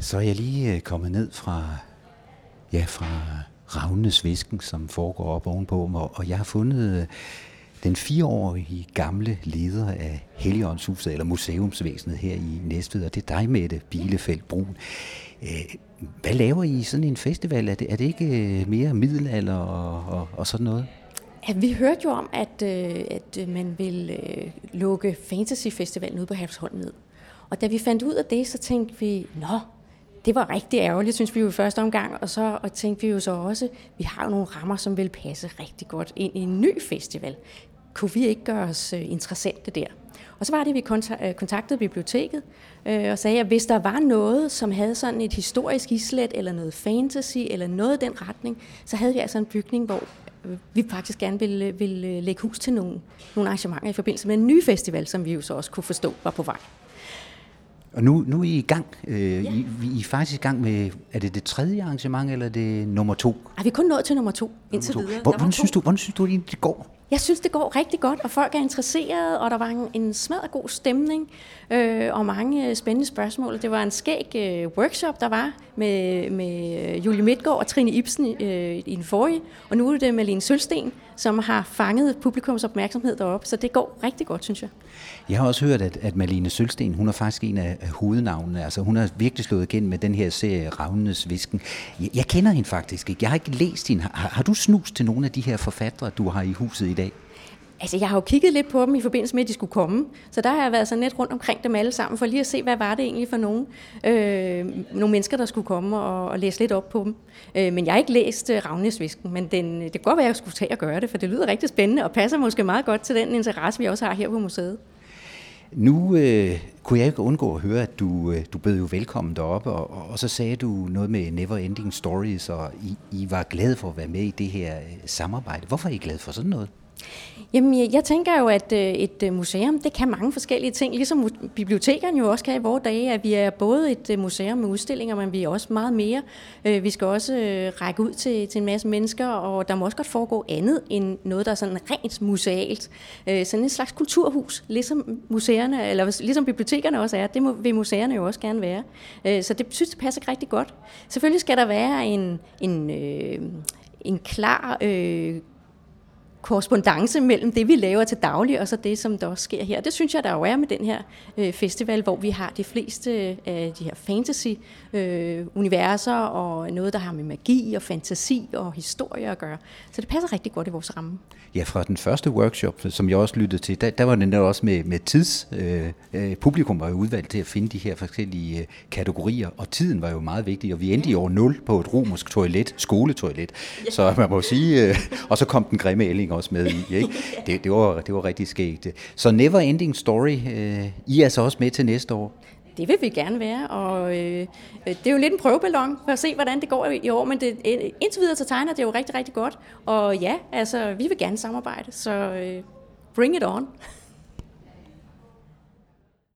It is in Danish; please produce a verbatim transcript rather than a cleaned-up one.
Så er jeg lige kommet ned fra, ja, fra Ravnenes Hvisken, som foregår op ovenpå mig, og jeg har fundet den fireårige gamle leder af Helligåndshuset, eller museumsvæsenet her i Næstved, og det er dig, Mette Bielefeldt Bruun. Hvad laver I i sådan en festival? Er det, er det ikke mere middelalder og, og, og sådan noget? Ja, vi hørte jo om, at, at man ville lukke Fantasyfestivalen ude på Herlufsholm ned. Og da vi fandt ud af det, så tænkte vi, nå, det var rigtig ærgerligt, synes vi jo i første omgang. Og så og tænkte vi jo så også, vi har jo nogle rammer, som vil passe rigtig godt ind i en ny festival. Kunne vi ikke gøre os interessante der? Og så var det, at vi kontaktede biblioteket og sagde, at hvis der var noget, som havde sådan et historisk islet, eller noget fantasy, eller noget i den retning, så havde vi altså en bygning, hvor vi faktisk gerne ville, ville lægge hus til nogle, nogle arrangementer i forbindelse med en ny festival, som vi jo så også kunne forstå var på vej. Og nu, nu er I i gang. Øh, ja. I, I er faktisk i gang med, er det det tredje arrangement, eller er det nummer to? Ej, vi er kun nået til nummer to, indtil videre. Hvordan synes du, hvordan synes du egentlig, det går? Jeg synes, det går rigtig godt, og folk er interesserede, og der var en, en smadret stemning, øh, og mange spændende spørgsmål. Det var en skæg øh, workshop, der var med, med Julie Midtgaard og Trine Ibsen øh, i den forrige, og nu er det Malene Sølsten, som har fanget publikums opmærksomhed deroppe, så det går rigtig godt, synes jeg. Jeg har også hørt, at, at Malene Sølsten, hun er faktisk en af, af hovednavnene. Altså, hun har virkelig slået igen med den her serie Ravnenes Hvisken. Jeg, jeg kender hende faktisk ikke. Jeg har ikke læst hende. Har, har du snust til nogle af de her forfattere, du har i huset i dag? Altså, jeg har jo kigget lidt på dem i forbindelse med, at de skulle komme, så der har jeg været sådan lidt rundt omkring dem alle sammen, for lige at se, hvad var det egentlig for nogen, øh, nogle mennesker, der skulle komme og, og læse lidt op på dem. Øh, men jeg har ikke læst uh, Ravnenes Hvisken, men den, det kan godt være, at jeg skulle tage og gøre det, for det lyder rigtig spændende, og passer måske meget godt til den interesse, vi også har her på museet. Nu øh, kunne jeg ikke undgå at høre, at du, øh, du bød jo velkommen deroppe, og, og, og så sagde du noget med Never Ending Stories, og I, I var glade for at være med i det her øh, samarbejde. Hvorfor er I glade for sådan noget? Jamen, jeg tænker jo, at et museum, det kan mange forskellige ting, ligesom bibliotekerne jo også kan i vore dage, at vi er både et museum med udstillinger, men vi er også meget mere. Vi skal også række ud til, til en masse mennesker, og der må også godt foregå andet end noget, der er sådan rent musealt. Sådan en slags kulturhus, ligesom museerne, eller ligesom bibliotekerne også er, det må, vil museerne jo også gerne være. Så det synes jeg passer rigtig godt. Selvfølgelig skal der være en, en, en klar øh, korrespondance mellem det, vi laver til daglig, og så det, som der også sker her. Det synes jeg, der jo er med den her øh, festival, hvor vi har de fleste af de her fantasy-universer, øh, og noget, der har med magi og fantasi og historie at gøre. Så det passer rigtig godt i vores ramme. Ja, fra den første workshop, som jeg også lyttede til, der, der var den der også med, med tids. Øh, øh, publikum var jo udvalgt til at finde de her forskellige øh, kategorier, og tiden var jo meget vigtig, og vi endte i år nul på et romersk toilet, skoletoilet. Ja. Så man må sige, øh, og så kom den grimme ælling også med i, ikke? Det, det, var, det var rigtig skægt. Så Never Ending Story, øh, I er så også med til næste år? Det vil vi gerne være, og øh, det er jo lidt en prøveballon for at se, hvordan det går i år, men det, indtil videre så tegner det jo rigtig, rigtig godt. Og ja, altså, vi vil gerne samarbejde, så øh, bring it on.